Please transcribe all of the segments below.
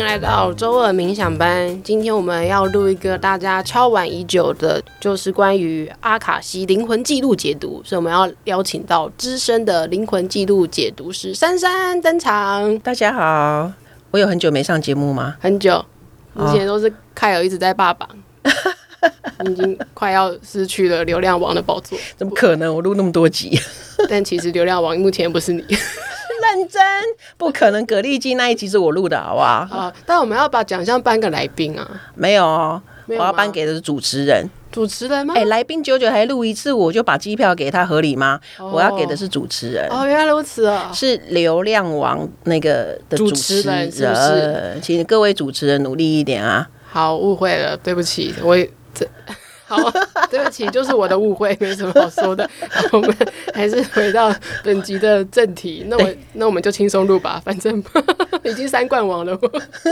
来到周二冥想班。今天我们要录一个大家敲碗已久的，就是关于阿卡西灵魂记录解读，所以我们要邀请到资深的灵魂记录解读师珊珊登场。 大家好，我有很久没上节目吗？ 很久，以前都是凯尔一直在霸榜。已经快要失去了流量王的宝座。 怎么可能？我录那么多集。 但其实流量王目前不是你。 认真？不可能，蛤蜊鸡那一集是我录的，好不好？ 但我们要把奖项颁给来宾啊。 没有哦，我要颁给的是主持人。 主持人吗？ 来宾久久还录一次，我就把机票给他，合理吗？我要给的是主持人。 原来如此啊！ 是流量王那个的主持人， 是不是？ 请各位主持人努力一点啊！ 好，误会了，对不起，好，对不起，就是我的误会，没什么好说的。我们还是回到本集的正题。那我们就轻松录吧，反正已经3冠王了。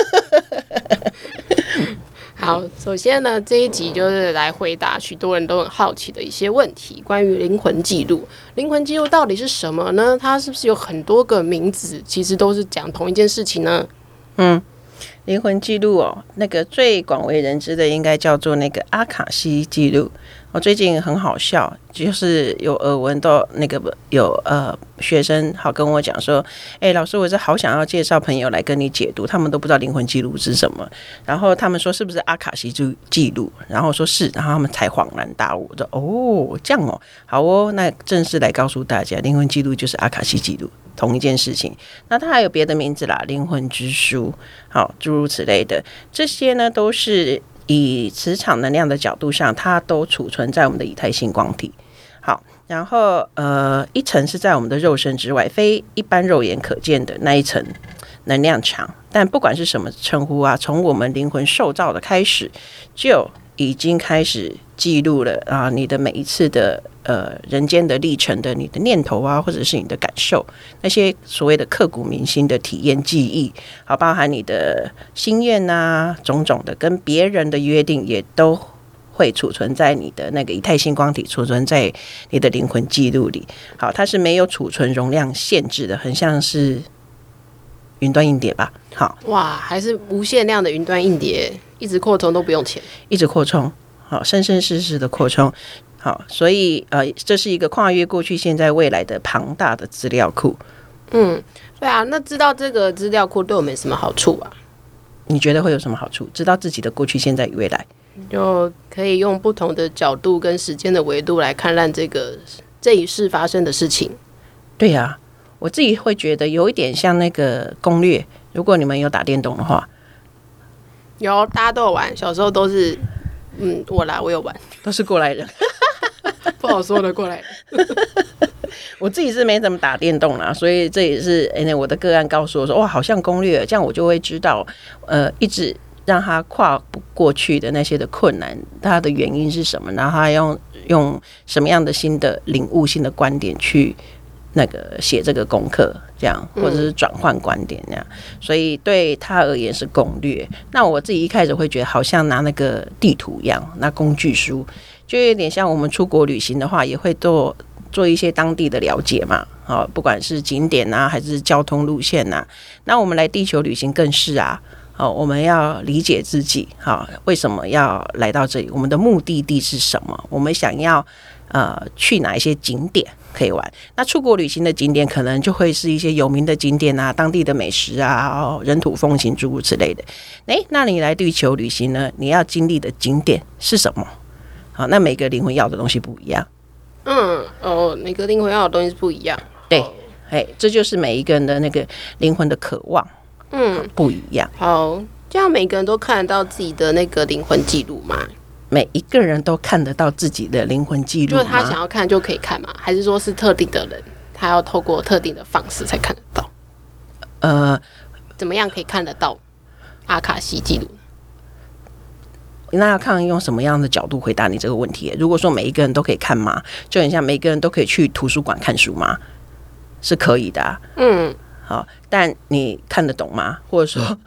好，首先呢，这一集就是来回答许多人都很好奇的一些问题，关于灵魂记录。灵魂记录到底是什么呢？它是不是有很多个名字，其实都是讲同一件事情呢？ 灵魂记录那个最广为人知的应该叫做那个阿卡西记录。最近很好笑，就是有耳闻到那个有学生好跟我讲说，老师，我是好想要介绍朋友来跟你解读，他们都不知道灵魂记录是什么，然后他们说是不是阿卡西记录，然后说是，然后他们才恍然大悟，说这样好那正式来告诉大家，灵魂记录就是阿卡西记录，同一件事情。那它还有别的名字啦，灵魂之书，好，诸如此类的，这些呢都是以磁场能量的角度上，它都储存在我们的以太星光体。好，然后一层是在我们的肉身之外，非一般肉眼可见的那一层能量场。但不管是什么称呼啊，从我们灵魂受造的开始，就已经开始记录了你的每一次的人间的历程的你的念头啊，或者是你的感受，那些所谓的刻骨铭心的体验记忆，好，包含你的心愿啊，种种的跟别人的约定，也都会储存在你的那个以太星光体，储存在你的灵魂记录里。好，它是没有储存容量限制的，很像是云端硬碟吧。好， 哇，还是无限量的云端硬碟，一直扩充都不用钱， 一直扩充，好，生生世世的扩充。好，所以这是一个跨越过去、现在、未来的庞大的资料库。 对啊，那知道这个资料库对我们有什么好处啊？ 你觉得会有什么好处？知道自己的过去、现在与未来， 就可以用不同的角度跟时间的维度来看待这一世发生的事情。 对啊，我自己会觉得有一点像那个攻略。如果你们有打电动的话， 有，大家都有玩，小时候都是，我有玩， 都是过来人。 不好说的过来人。 我自己是没怎么打电动啦，所以这也是我的个案告诉我说，哇，好像攻略，这样我就会知道，一直让他跨不过去的那些的困难，它的原因是什么，然后他用什么样的新的领悟、新的观点去那个写这个功课，这样或者是转换观点这样，所以对他而言是攻略。那我自己一开始会觉得好像拿那个地图一样，拿工具书，就有点像我们出国旅行的话，也会做一些当地的了解嘛，不管是景点啊，还是交通路线啊。那我们来地球旅行更是啊，我们要理解自己，为什么要来到这里？我们的目的地是什么？我们想要去哪一些景点可以玩？那出国旅行的景点可能就会是一些有名的景点啊，当地的美食啊，人土风情诸如此类的。那你来地球旅行呢？你要经历的景点是什么？好，那每个灵魂要的东西不一样。 每个灵魂要的东西是不一样。 对，这就是每一个人的那个灵魂的渴望，不一样。 好，这样每个人都看得到自己的那个灵魂记录吗？ 每一个人都看得到自己的灵魂记录吗？ 就是他想要看就可以看吗？还是说是特定的人，他要透过特定的方式才看得到？怎么样可以看得到阿卡西记录？ 那要看用什么样的角度回答你这个问题。如果说每一个人都可以看吗？就很像每一个人都可以去图书馆看书吗？是可以的啊。好，但你看得懂吗？或者说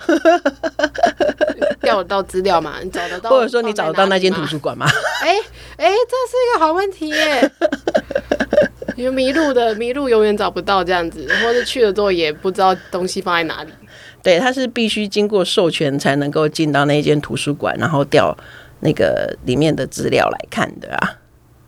调得到资料吗？你找得到？ 或者说你找得到那间图书馆吗？ 这是一个好问题耶。有迷路永远找不到这样子，或者去了之后也不知道东西放在哪里。 对，它是必须经过授权才能够进到那间图书馆，然后调那个里面的资料来看的啊。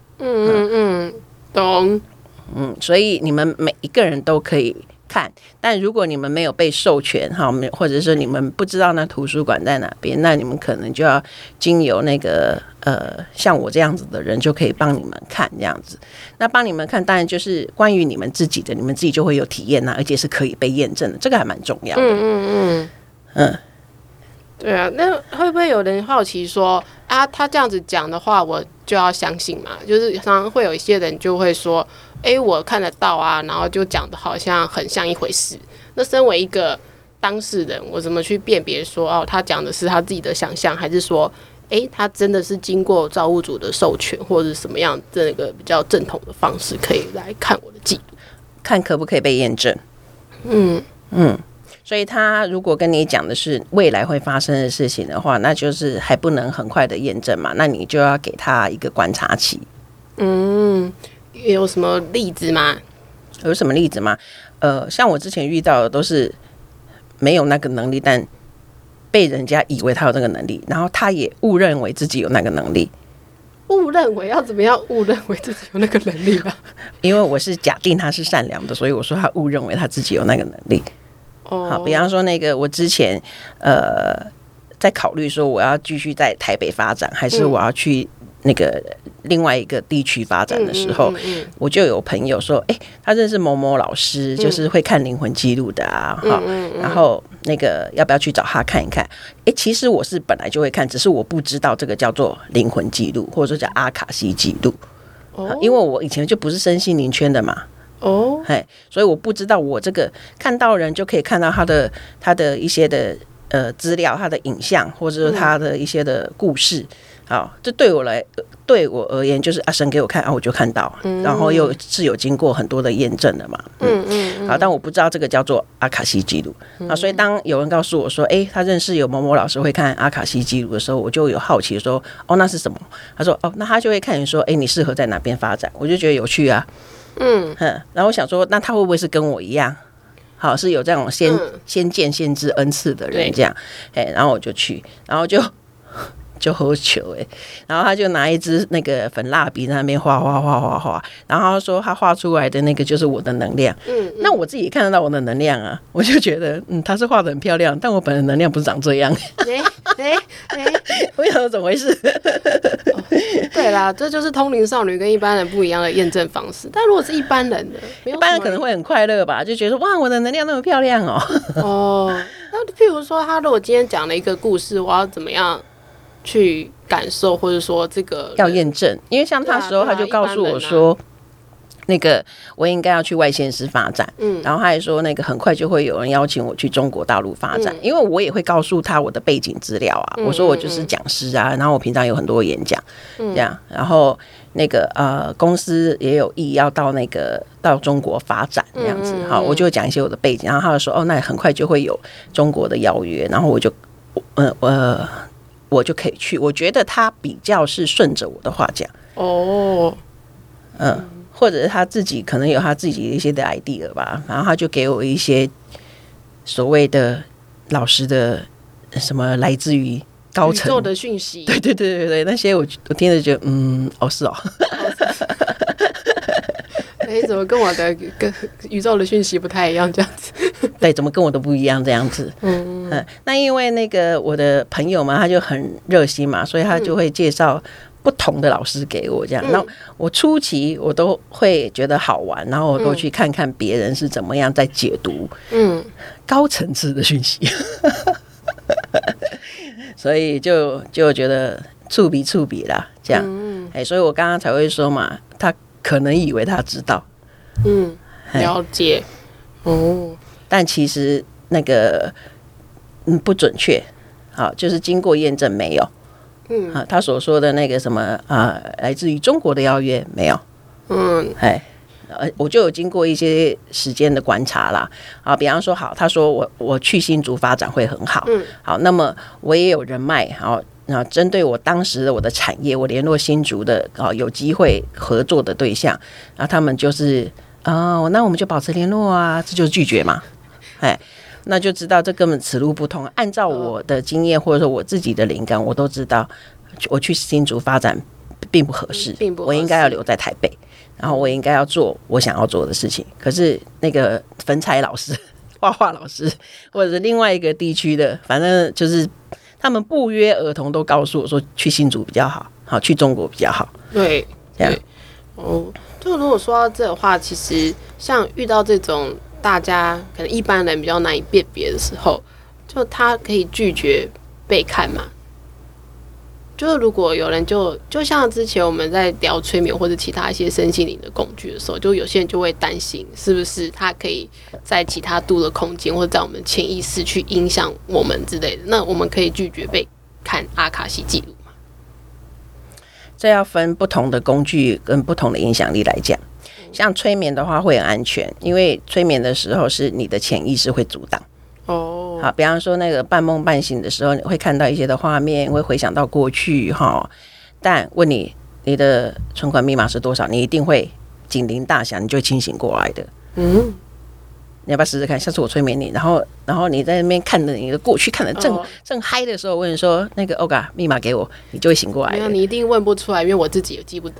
懂。 所以你们每一个人都可以看，但如果你们没有被授权哈，或者是你们不知道那图书馆在哪边，那你们可能就要经由那个像我这样子的人就可以帮你们看这样子。那帮你们看，当然就是关于你们自己的，你们自己就会有体验而且是可以被验证的，这个还蛮重要的。 对啊，那会不会有人好奇说啊，他这样子讲的话，我就要相信嘛？就是常常会有一些人就会说，我看得到啊，然后就讲的好像很像一回事。那身为一个当事人，我怎么去辨别说，哦，他讲的是他自己的想象，还是说，他真的是经过造物主的授权，或者什么样这个比较正统的方式，可以来看我的记录， 看可不可以被验证？所以他如果跟你讲的是未来会发生的事情的话，那就是还不能很快的验证嘛，那你就要给他一个观察期。 有什么例子吗？ 有什么例子吗？像我之前遇到的都是没有那个能力，但被人家以为他有那个能力，然后他也误认为自己有那个能力。 误认为要怎么样误认为自己有那个能力啊？ 因为我是假定他是善良的，所以我说他误认为他自己有那个能力。好，比方说那个我之前在考虑说我要继续在台北发展，还是我要去那个另外一个地区发展的时候，我就有朋友说，他认识某某老师，就是会看灵魂记录的啊，然后那个要不要去找他看一看？其实我是本来就会看，只是我不知道这个叫做灵魂记录，或者说叫阿卡西记录，因为我以前就不是身心灵圈的嘛。所以我不知道我这个看到人就可以看到他的一些的资料，他的影像，或者是他的一些的故事。好，这对我而言就是神给我看我就看到，然后又是有经过很多的验证的嘛。好，但我不知道这个叫做阿卡西记录所以当有人告诉我说，他认识有某某老师会看阿卡西记录的时候，我就有好奇说，那是什么？他说，那他就会看你说，你适合在哪边发展？我就觉得有趣啊。然后我想说，那他会不会是跟我一样，好是有这种先见先知恩赐的人这样？然后我就去，然后就喝球然后他就拿一支那个粉蜡笔在那边画，然后他说他画出来的那个就是我的能量。那我自己看得到我的能量啊，我就觉得他是画得很漂亮，但我本人能量不是长这样。我想说怎么回事？ 对啦，这就是通灵少女跟一般人不一样的验证方式。但如果是一般人的， 一般人可能会很快乐吧，就觉得哇，我的能量那么漂亮那譬如说，他如果今天讲了一个故事，我要怎么样去感受，或者说这个要验证？因为像他时候，他就告诉我说，那个我应该要去外县市发展，然后他还说那个很快就会有人邀请我去中国大陆发展，因为我也会告诉他我的背景资料啊，我说我就是讲师啊，然后我平常有很多演讲，这样，然后那个公司也有意要到中国发展这样子，好，我就讲一些我的背景，然后他就说那很快就会有中国的邀约，然后我就可以去，我觉得他比较是顺着我的话讲或者是他自己可能有他自己的一些的 idea 吧，然后他就给我一些所谓的老师的什么来自于高层宇宙的讯息， 对，那些我听着觉得是怎么跟我的跟宇宙的讯息不太一样这样子？ 对，怎么跟我都不一样这样子？那因为那个我的朋友嘛，他就很热心嘛，所以他就会介绍不同的老师给我这样。那我初期我都会觉得好玩，然后我都去看看别人是怎么样在解读高层次的讯息，所以就觉得触笔啦，这样。所以我刚刚才会说嘛，他可能以为他知道， 了解但其实那个不准确，好，就是经过验证没有，他所说的那个什么来自于中国的邀约没有，我就有经过一些时间的观察啦，比方说好，他说我去新竹发展会很好，好，那么我也有人脉，好。然后针对我当时的我的产业，我联络新竹的有机会合作的对象，然后他们就是那我们就保持联络啊，这就是拒绝嘛， 那就知道这根本此路不通。按照我的经验或者说我自己的灵感，我都知道我去新竹发展并不合适，我应该要留在台北，然后我应该要做我想要做的事情。可是那个粉彩老师、画画老师，或者是另外一个地区的，反正就是他们不约而同都告诉我说，去新竹比较好，好去中国比较好。 对， 这样就如果说到这的话，其实像遇到这种大家可能一般人比较难以辨别的时候，就他可以拒绝被看嘛。就是如果有人就像之前我们在聊催眠或者其他一些身心灵的工具的时候，就有些人就会担心是不是他可以在其他度的空间或者在我们潜意识去影响我们之类的，那我们可以拒绝被看阿卡西记录吗？ 这要分不同的工具跟不同的影响力来讲。像催眠的话会很安全，因为催眠的时候是你的潜意识会阻挡。好，比方说那个半梦半醒的时候，你会看到一些的画面，会回想到过去哈。但问你的存款密码是多少，你一定会警铃大响，你就会清醒过来的。你要不要试试看？下次我催眠你，然后你在那边看着你的过去，看得正嗨的时候，问你说那个 Oga 密码给我，你就会醒过来。 没有，你一定问不出来，因为我自己也记不得。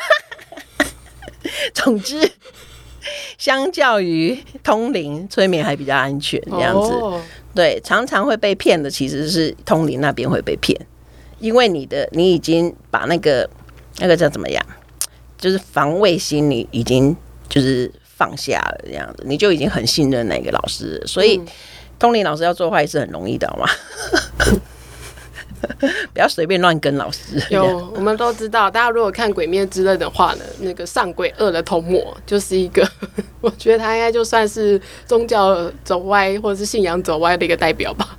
总之，相较于通灵，催眠还比较安全，这样子。对，常常会被骗的其实是通灵那边会被骗，因为你已经把那个叫怎么样，就是防卫心你已经就是放下了，这样子，你就已经很信任那个老师了，所以通灵老师要做坏事很容易的，好吗？不要随便乱跟老师。 我们都知道，大家如果看《鬼灭之刃》的话呢，那个上鬼二的童魔就是一个，我觉得他应该就算是宗教走歪或者是信仰走歪的一个代表吧。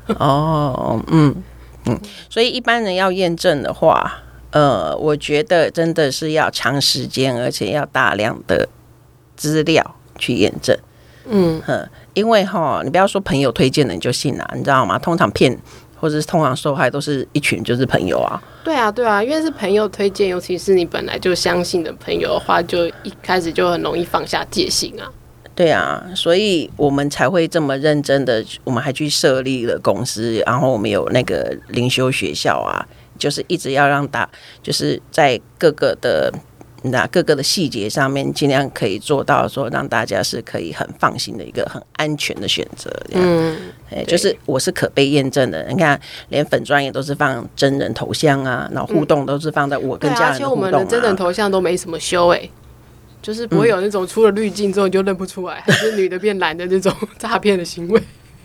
所以一般人要验证的话，我觉得真的是要长时间，而且要大量的资料去验证。因为你不要说朋友推荐的你就信了，你知道吗？通常骗或者是通常受害都是一群就是朋友啊。对啊，因为是朋友推荐，尤其是你本来就相信的朋友的话，就一开始就很容易放下戒心啊。 对啊，所以我们才会这么认真的，我们还去设立了公司，然后我们有那个灵修学校啊，就是一直要让就是在各个的细节上面，尽量可以做到说让大家是可以很放心的一个很安全的选择。就是我是可被验证的。你看，连粉专也都是放真人头像啊，然后互动都是放在我跟家人的互动啊。 而且我们的真人头像都没什么修就是不会有那种出了滤镜之后你就认不出来，还是女的变男的这种诈骗的行为。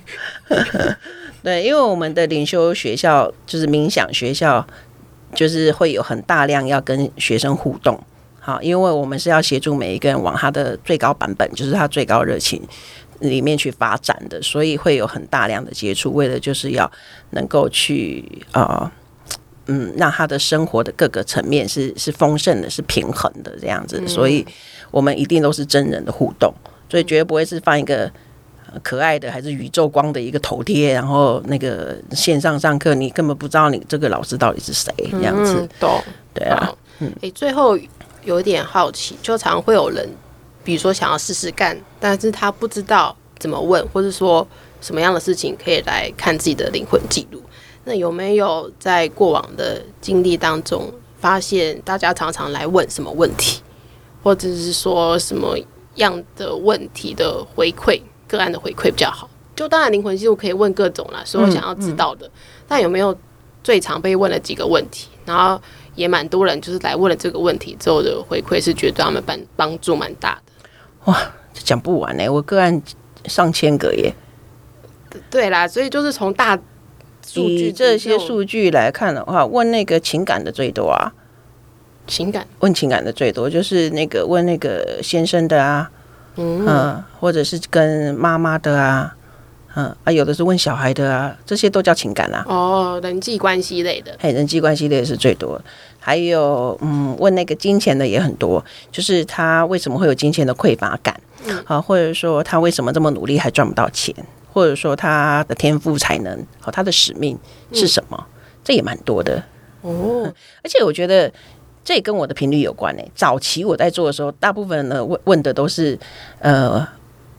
对，因为我们的灵修学校就是冥想学校，就是会有很大量要跟学生互动。好，因为我们是要协助每一个人往他的最高版本，就是他最高热情里面去发展的，所以会有很大量的接触，为了就是要能够去让他的生活的各个层面是丰盛的，是平衡的这样子，所以我们一定都是真人的互动，所以绝对不会是放一个可爱的还是宇宙光的一个头贴，然后那个线上上课你根本不知道你这个老师到底是谁这样子。 懂。 对啊。 最后有点好奇，就常会有人比如说想要试试干，但是他不知道怎么问，或是说什么样的事情可以来看自己的灵魂记录。那有没有在过往的经历当中发现大家常常来问什么问题，或者是说什么样的问题的回馈，个案的回馈比较好？就当然灵魂记录可以问各种啦，所有想要知道的，但有没有最常被问了几个问题，然后也蛮多人就是来问了这个问题之后的回馈是觉得他们帮助蛮大的。 哇，讲不完我个案上千个耶。 对啦，所以就是从大数据以这些数据来看的话，问那个情感的最多啊。问情感的最多，就是那个问那个先生的啊，或者是跟妈妈的啊，有的是问小孩的啊，这些都叫情感啊。 人际关系类的， 人际关系类是最多。还有问那个金钱的也很多，就是他为什么会有金钱的匮乏感，或者说他为什么这么努力还赚不到钱，或者说他的天赋才能和他的使命是什么，这也蛮多的。而且我觉得这也跟我的频率有关早期我在做的时候，大部分呢问的都是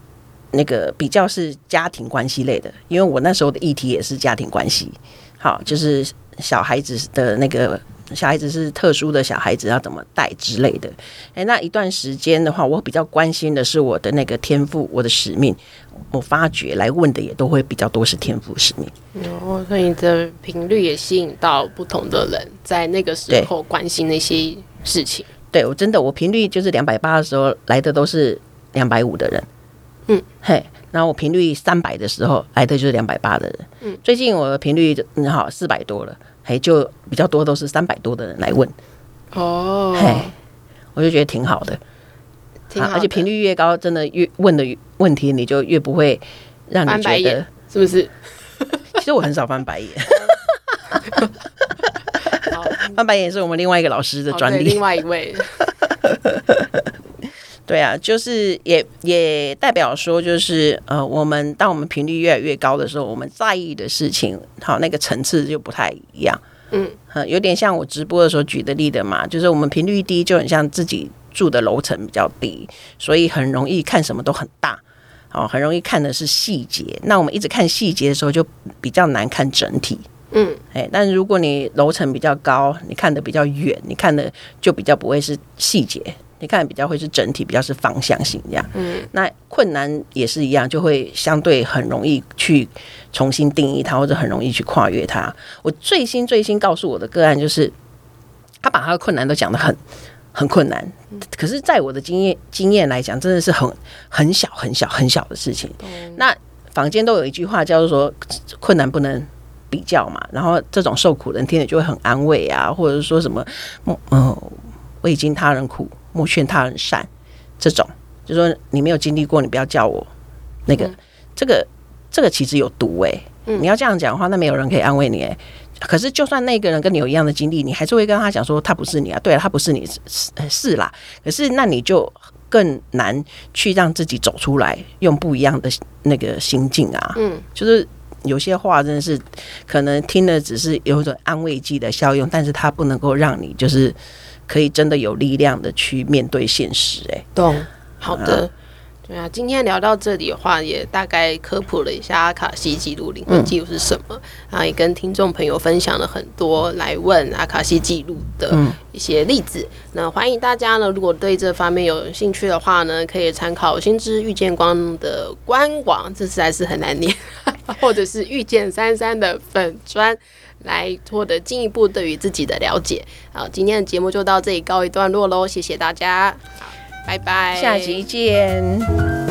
那个比较是家庭关系类的，因为我那时候的议题也是家庭关系。好，就是小孩子的那个小孩子是特殊的小孩子要怎么带之类的。那一段时间的话，我比较关心的是我的那个天赋，我的使命。我发觉来问的也都会比较多是天赋使命。 所以你的频率也吸引到不同的人，在那个时候关心那些事情。 对，我真的我频率就是280的时候来的都是250的人。然后我频率300的时候来的就是280的人。最近我的频率好400多了，就比较多都是300多的人来问。我就觉得挺好的。而且频率越高，真的越问的问题你就越不会让你觉得是不是？ 其实我很少翻白眼。翻白眼是我们另外一个老师的专利。 另外一位。 对啊，就是也代表说，就是当我们频率越来越高的时候，我们在意的事情，好，那个层次就不太一样。有点像我直播的时候举的例的嘛，就是我们频率低，就很像自己住的楼层比较低，所以很容易看什么都很大，很容易看的是细节。那我们一直看细节的时候，就比较难看整体。但如果你楼层比较高，你看的比较远，你看的就比较不会是细节，你看比较会是整体，比较是方向性这样。那困难也是一样，就会相对很容易去重新定义它，或者很容易去跨越它。我最新告诉我的个案就是，他把他的困难都讲得很困难，可是在我的经验来讲，真的是很小的事情。那坊间都有一句话叫做说，困难不能比较嘛，然后这种受苦人听了就会很安慰啊，或者是说什么未经他人苦，莫劝他人善，这种就说你没有经历过，你不要叫我那个，这个其实有毒你要这样讲的话，那没有人可以安慰你可是就算那个人跟你有一样的经历，你还是会跟他讲说他不是你啊，对啊，他不是你是啦，可是那你就更难去让自己走出来，用不一样的那个心境啊。就是有些话真的是可能听了只是有一种安慰剂的效用，但是它不能够让你就是可以真的有力量的去面对现实。 懂，好的。对啊，今天聊到这里的话，也大概科普了一下阿卡西记录、灵魂记录是什么，然后也跟听众朋友分享了很多来问阿卡西记录的一些例子。那欢迎大家呢，如果对这方面有兴趣的话呢，可以参考新知遇见光的官网，这实在是很难念，或者是遇见33的粉专，来获得进一步对于自己的了解。好，今天的节目就到这里告一段落喽，谢谢大家。拜拜， 下集见。